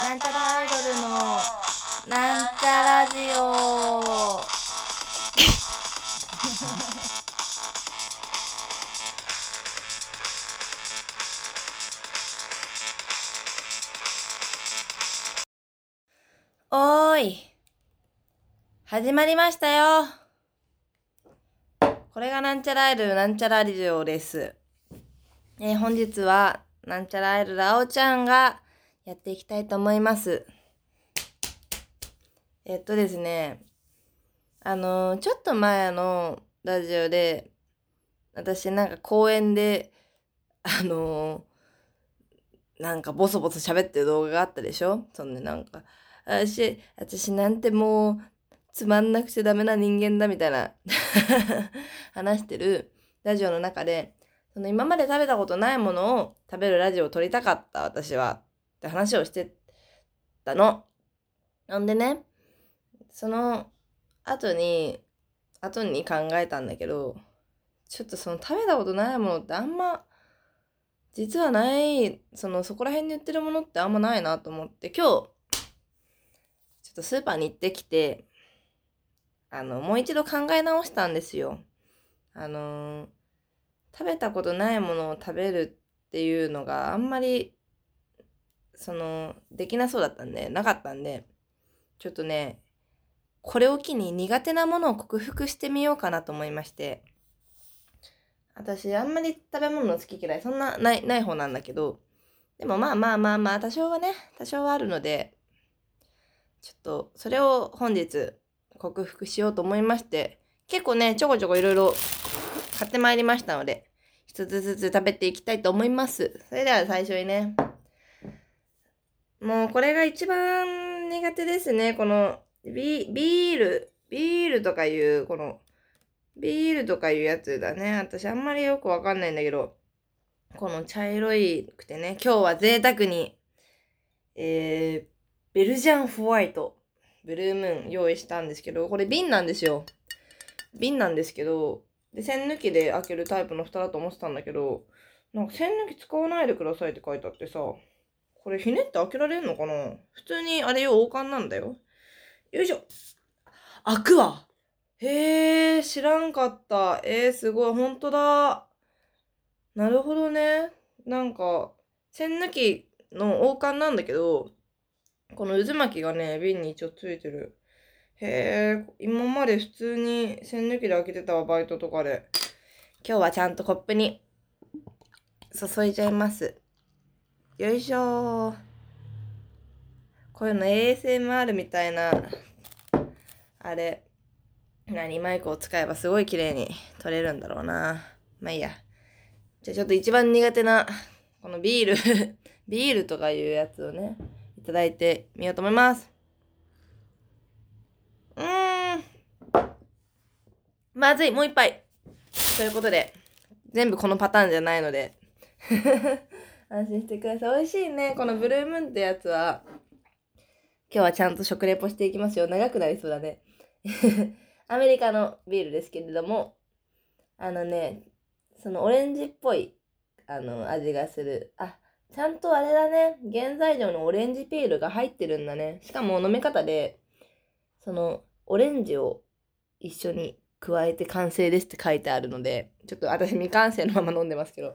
なんちゃらアイドルのなんちゃラジオ。おーい、始まりましたよ。これがなんちゃらアイドルなんちゃらラジオです。本日はなんちゃらアイドルあおちゃんがやっていきたいと思います。ですね、ちょっと前のラジオで私なんか公園でなんかボソボソ喋ってる動画があったでしょ。そんでなんか私なんてもうつまんなくちゃダメな人間だみたいな話してるラジオの中で、その今まで食べたことないものを食べるラジオを撮りたかった私はって話をしてたの。なんでね、その後に考えたんだけど、ちょっとその食べたことないものってあんま実はない、そこら辺に売ってるものってあんまないなと思って、今日ちょっとスーパーに行ってきて、もう一度考え直したんですよ。食べたことないものを食べるっていうのがあんまりできなそうだったんで、なかったんで、ちょっとね、これを機に苦手なものを克服してみようかなと思いまして。私あんまり食べ物の好き嫌いそんなない方なんだけど、でもまあ多少はあるので、ちょっとそれを本日克服しようと思いまして、結構ねちょこちょこいろいろ買ってまいりましたので、一つずつ食べていきたいと思います。それでは最初にね、もうこれが一番苦手ですね。このビールとかいうこのビールとかいうやつだね。私あんまりよくわかんないんだけど、この茶色いくてね、今日は贅沢にベルジャンホワイトブルームーン用意したんですけど、これ瓶なんですよ。瓶なんですけど、で栓抜きで開けるタイプの蓋だと思ってたんだけど、なんか栓抜き使わないでくださいって書いてあってさ、これひねって開けられんのかな。普通にあれよ、王冠なんだよ。よいしょ。開くわ。へえ、知らんかった。すごい、ほんとだ。なるほどね。なんか栓抜きの王冠なんだけど、この渦巻きがね、瓶に一応ついてる。へえ、今まで普通に栓抜きで開けてたわ、バイトとかで。今日はちゃんとコップに注いじゃいます。よいしょー。こういうの ASMR みたいな、あれ、マイクを使えばすごい綺麗に撮れるんだろうな。まあいいや。じゃあちょっと一番苦手な、このビール、ビールとかいうやつをね、いただいてみようと思います。まずい、もう一杯。ということで、全部このパターンじゃないので安心してください。美味しいね。このブルームーンってやつは、今日はちゃんと食レポしていきますよ。長くなりそうだね。アメリカのビールですけれども、そのオレンジっぽい、味がする。あ、ちゃんとあれだね。原材料のオレンジピールが入ってるんだね。しかも飲み方で、オレンジを一緒に加えて完成ですって書いてあるので、ちょっと私未完成のまま飲んでますけど。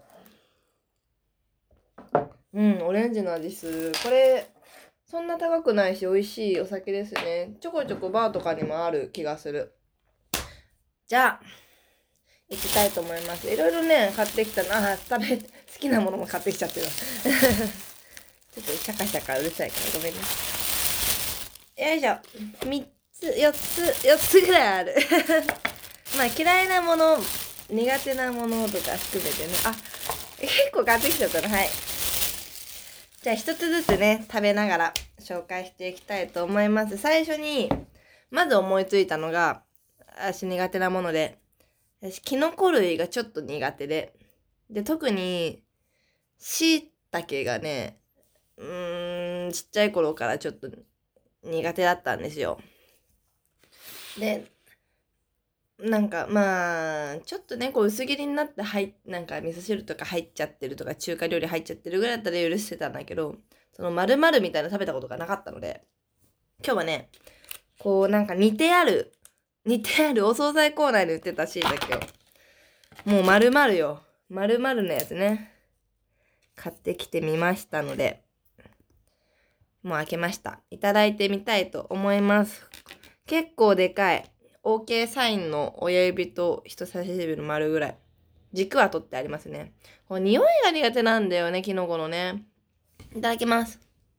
オレンジの味する。これ、そんな高くないし美味しいお酒ですね。ちょこちょこバーとかにもある気がする。じゃあ、行きたいと思います。いろいろね、買ってきたな。好きなものも買ってきちゃってる。ちょっとシャカシャカうるさいからごめんね。よいしょ。4つぐらいある。まあ嫌いなもの、苦手なものとか含めてね。あ、結構買ってきちゃったな。はい。じゃあ一つずつね、食べながら紹介していきたいと思います。最初に、まず思いついたのが、私苦手なもので、私キノコ類がちょっと苦手で、特に、椎茸がね、ちっちゃい頃からちょっと苦手だったんですよ。で、 なんかまあ、ちょっとね、こう薄切りになってなんか味噌汁とか入っちゃってるとか、中華料理入っちゃってるぐらいだったら許してたんだけど、その丸々みたいな食べたことがなかったので、今日はね、こうなんか煮てあるお惣菜コーナーで売ってた椎茸を、もう丸々よ。丸々のやつね。買ってきてみましたので、もう開けました。いただいてみたいと思います。結構でかい。OK サインの親指と人差し指の丸ぐらい。軸は取ってありますね。これ匂いが苦手なんだよね、キノコのね。いただきます。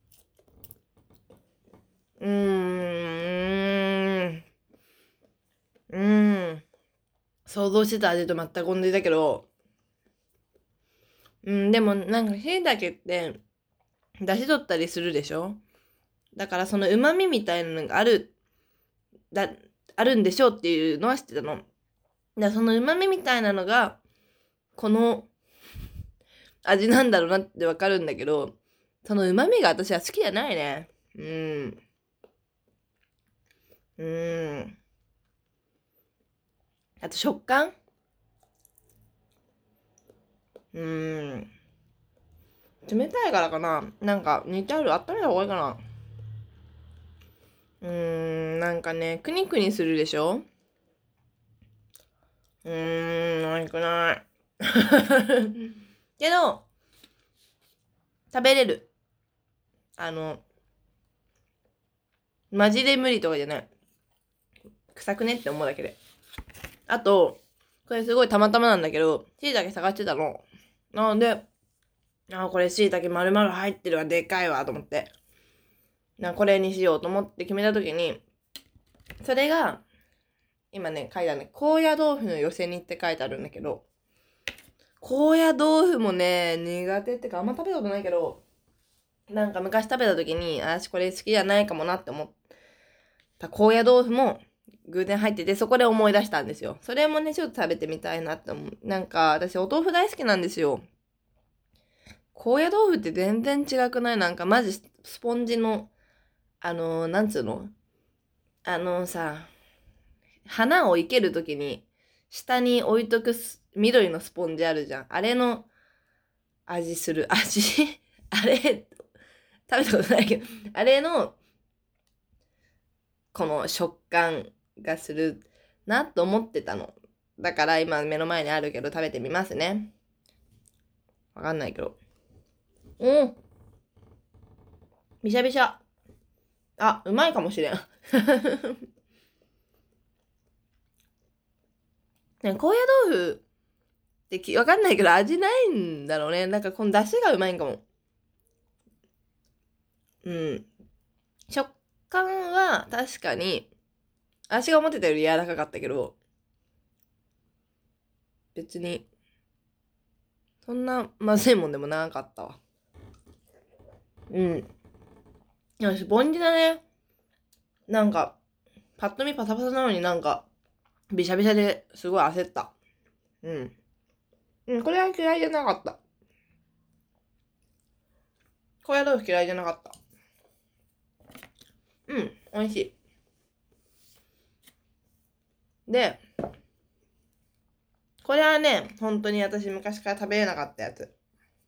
想像してた味と全く同じだけど、でもなんか椎茸って、出汁取ったりするでしょ？だからその旨味みたいなのがあるんでしょうっていうのは知ってたの。だからその旨味みたいなのが、この味なんだろうなってわかるんだけど、その旨味が私は好きじゃないね。あと食感冷たいからかな。なんか煮てある、温めた方がいいかな。なんかね、くにくにするでしょ？ないくない。けど、食べれる。マジで無理とかじゃない。臭くねって思うだけで。あと、これすごいたまたまなんだけど、椎茸探してたの。なので、これ椎茸丸々入ってるわ、でかいわ、と思って。これにしようと思って決めたときに、それが、今ね、書いてあるね。高野豆腐の寄せ煮って書いてあるんだけど、高野豆腐もね、苦手ってかあんま食べたことないけど、なんか昔食べたときに、私これ好きじゃないかもなって思った高野豆腐も偶然入ってて、そこで思い出したんですよ。それもね、ちょっと食べてみたいなって思う。なんか、私お豆腐大好きなんですよ。高野豆腐って全然違くない？なんかマジスポンジの、なんつうの？さ、花を生けるときに、下に置いとく緑のスポンジあるじゃん。あれの味する。あれ、食べたことないけど、あれの、この食感がするなと思ってたの。だから今目の前にあるけど食べてみますね。わかんないけど。びしゃびしゃ。あ、うまいかもしれん。ね、高野豆腐ってわかんないけど味ないんだろうね。なんかこの出汁がうまいんかも。食感は確かに、私が思ってたより柔らかかったけど、別に、そんなまずいもんでもなかったわ。よし、ボンジだね。なんか、パッと見パサパサなのになんか、びしゃびしゃですごい焦った。これは嫌いじゃなかった。高野豆腐嫌いじゃなかった。美味しい。で、これはね、本当に私昔から食べれなかったやつ。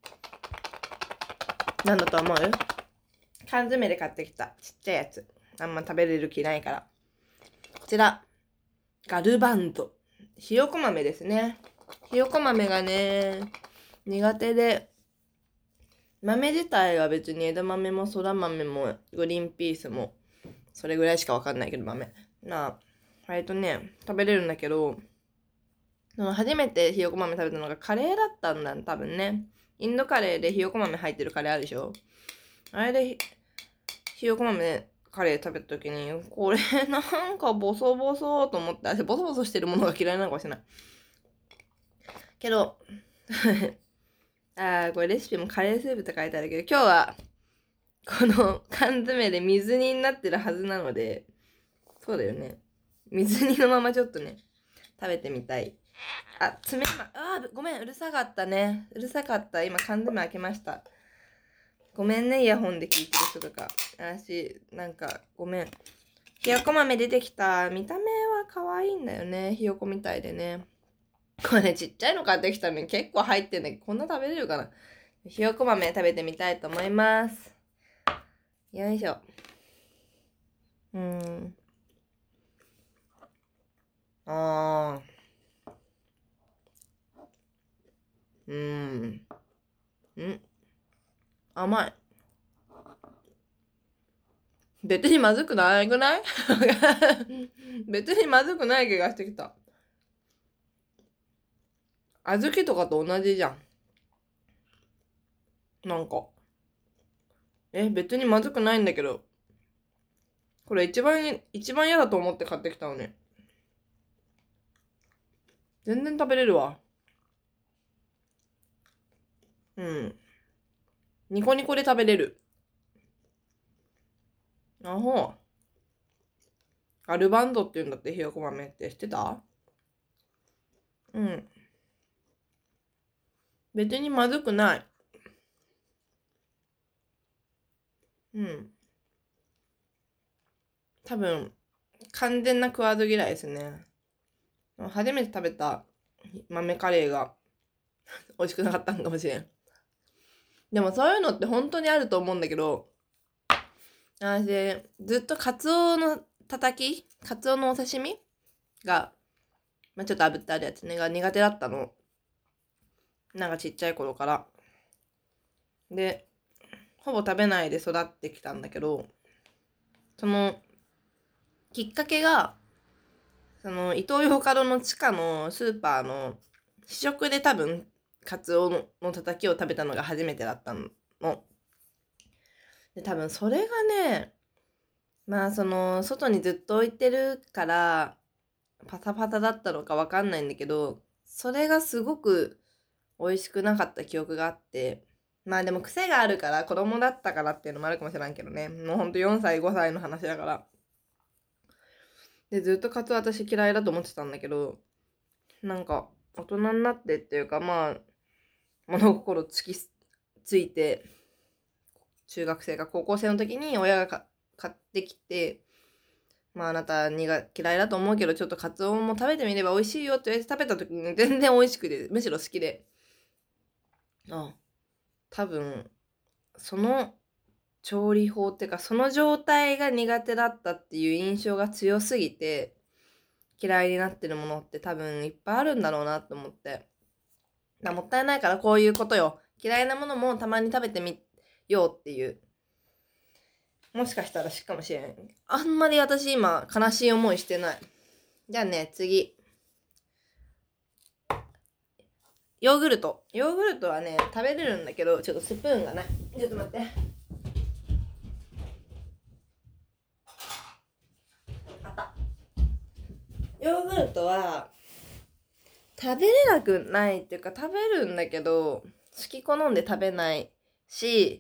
なんだと思う？缶詰で買ってきたちっちゃいやつ。あんま食べれる気ないから。こちら、ガルバンド。ひよこ豆ですね。ひよこ豆がね、苦手で、豆自体は別に枝豆もそら豆もグリーンピースも、それぐらいしかわかんないけど豆。割とね、食べれるんだけど、初めてひよこ豆食べたのがカレーだったんだ、多分ね。インドカレーでひよこ豆入ってるカレーあるでしょ？あれでひよこ豆カレー食べた時に、これなんかボソボソと思って、私ボソボソしてるものが嫌いなのかもしれない。けど、これレシピもカレースープって書いてあるけど、今日は、この缶詰で水煮になってるはずなので、そうだよね。水煮のままちょっとね、食べてみたい。ごめん、うるさかったね。うるさかった。今缶詰開けました。ごめんね、イヤホンで聞いてる人とか。なんか、ごめん。ひよこ豆出てきた。見た目は可愛いんだよね。ひよこみたいでね。これちっちゃいの買ってきたのに結構入ってんだけど、こんな食べれるかな。ひよこ豆食べてみたいと思います。よいしょ。あー。甘い。別にまずくないくない別にまずくない気がしてきた。小豆とかと同じじゃん。なんか。別にまずくないんだけど。これ一番嫌だと思って買ってきたのね。全然食べれるわ。ニコニコで食べれる。ガルバンドって言うんだって、ひよこ豆って知ってた？別にまずくない。多分、完全な食わず嫌いですね。初めて食べた豆カレーが美味しくなかったのかもしれん。でもそういうのって本当にあると思うんだけど、私、ずっとカツオのお刺身が、ちょっと炙ってあるやつね、が苦手だったの。なんかちっちゃい頃から。で、ほぼ食べないで育ってきたんだけど、その、きっかけが、イトーヨーカドーの地下のスーパーの試食で多分、カツオのたたきを食べたのが初めてだったの。で、多分それがね、外にずっと置いてるから、パタパタだったのかわかんないんだけど、それがすごく美味しくなかった記憶があって、でも癖があるから子供だったからっていうのもあるかもしれんけどね。もうほんと4歳、5歳の話だから。で、ずっとカツオ私嫌いだと思ってたんだけど、なんか大人になってっていうか物心ついて、中学生か高校生の時に親が買ってきて、あなた嫌いだと思うけど、ちょっとカツオも食べてみれば美味しいよって言われて食べた時に全然美味しくて、むしろ好きで。多分、その調理法っていうか、その状態が苦手だったっていう印象が強すぎて、嫌いになってるものって多分いっぱいあるんだろうなと思って。もったいないからこういうことよ。嫌いなものもたまに食べてみようっていう。もしかしたらかもしれない。あんまり私今悲しい思いしてない。じゃあね、次。ヨーグルト。ヨーグルトはね、食べれるんだけど、ちょっとスプーンがない。ちょっと待って。あった。ヨーグルトは、食べれなくないっていうか、食べるんだけど、好き好んで食べないし、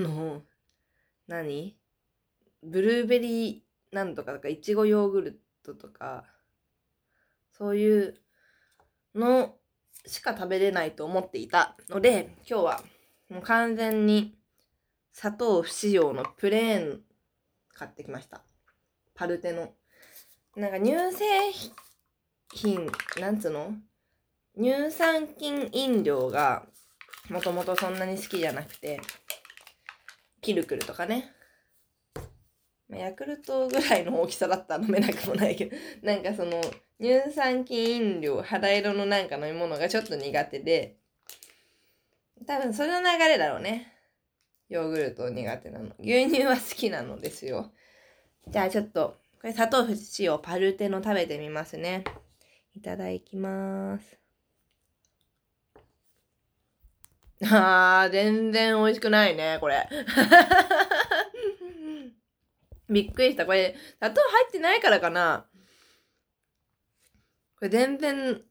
ブルーベリーなんとかとか、いちごヨーグルトとか、そういうのしか食べれないと思っていたので、今日はもう完全に砂糖不使用のプレーン買ってきました。パルテの。なんか乳製品、乳酸菌飲料がもともとそんなに好きじゃなくて、キルクルとかね。ヤクルトぐらいの大きさだったら飲めなくもないけど、なんか乳酸菌飲料、肌色のなんか飲み物がちょっと苦手で、多分それの流れだろうね。ヨーグルト苦手なの。牛乳は好きなのですよ。じゃあちょっと、これ砂糖不使用パルテの食べてみますね。いただきます。全然美味しくないね、これ。びっくりした。これ、砂糖入ってないからかな。これ全然、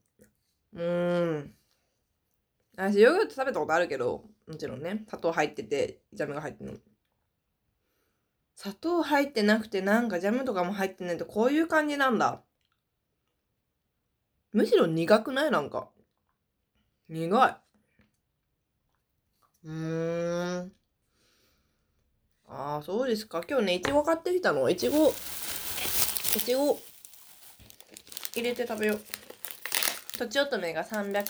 私ヨーグルト食べたことあるけど、もちろんね、砂糖入ってて、ジャムが入ってるの。砂糖入ってなくて、なんかジャムとかも入ってないとこういう感じなんだ。むしろ苦くない？なんか。苦い。そうですか。今日ね、いちご買ってきたの。いちご、 入れて食べよう。とちおとめが300円ぐらいだった。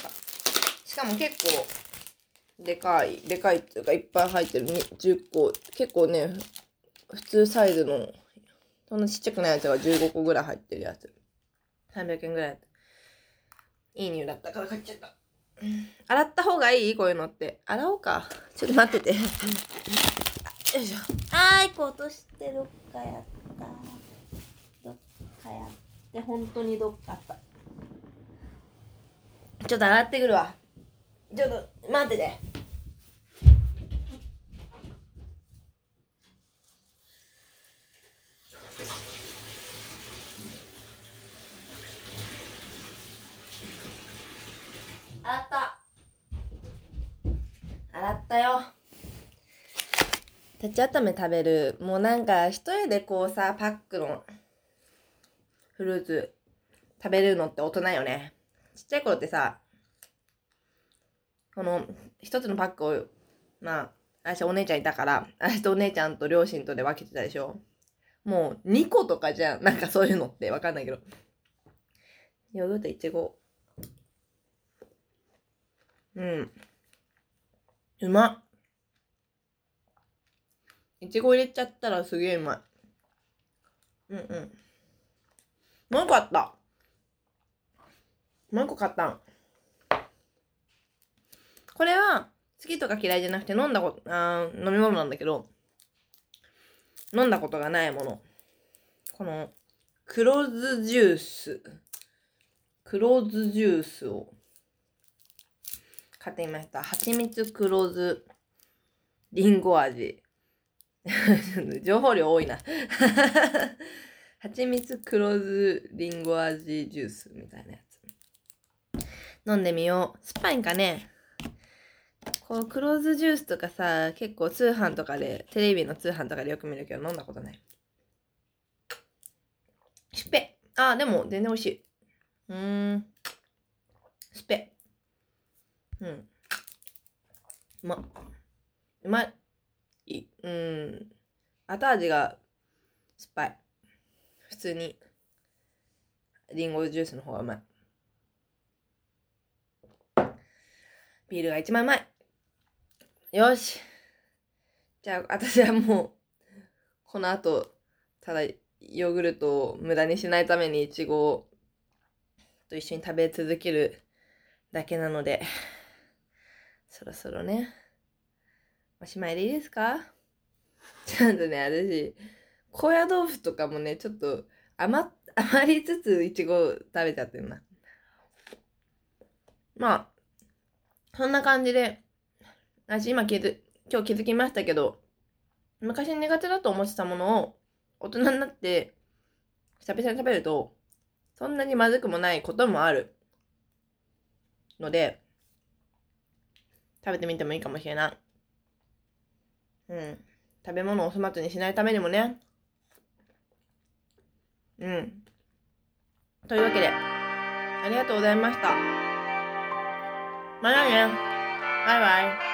しかも結構でかいっていうかいっぱい入ってる。10個。結構ね、普通サイズの、そんなちっちゃくないやつが15個ぐらい入ってるやつ。300円ぐらいだった。いい匂いだったから買っちゃった。洗った方がいいこういうのって。洗おうか。ちょっと待ってて。よいしょ。1個落としてどっかやった。どっかやって、本当にどっかあった。ちょっと洗ってくるわ。ちょっと待ってて。洗ったよ。とちおとめ食べる。もうなんか一人でこうさ、パックのフルーツ食べるのって大人よね。ちっちゃい頃ってさ、この一つのパックを、まあ、私お姉ちゃんいたから、私とお姉ちゃんと両親とで分けてたでしょ。もう2個とかじゃん。なんかそういうのってわかんないけど。ヨーグルトいちご。うまっ。いちご入れちゃったらすげえうまい。もう一個あった。もう一個買ったん。これは好きとか嫌いじゃなくて飲み物なんだけど、飲んだことがないもの。この黒酢ジュースを買ってみました。蜂蜜黒酢リンゴ味。情報量多いな。蜂蜜黒酢リンゴ味ジュースみたいなやつ。飲んでみよう。酸っぱいんかね。この黒酢ジュースとかさ、結構通販とかで、テレビの通販とかでよく見るけど飲んだことない。スペ。でも全然美味しい。スペ。うまい。後味が酸っぱい。普通にリンゴジュースの方がうまい。ビールが一番うまい。よし。じゃあ私はもうこの後ただヨーグルトを無駄にしないためにイチゴと一緒に食べ続けるだけなので、そろそろね、おしまいでいいですか？ちゃんとね、私高野豆腐とかもね、ちょっと余りつつイチゴ食べちゃってるな。まあそんな感じで、私今日気づきましたけど、昔苦手だと思ってたものを大人になって久々に食べるとそんなにまずくもないこともあるので、食べてみてもいいかもしれない。食べ物を粗末にしないためにもね。というわけでありがとうございました。またね。バイバイ。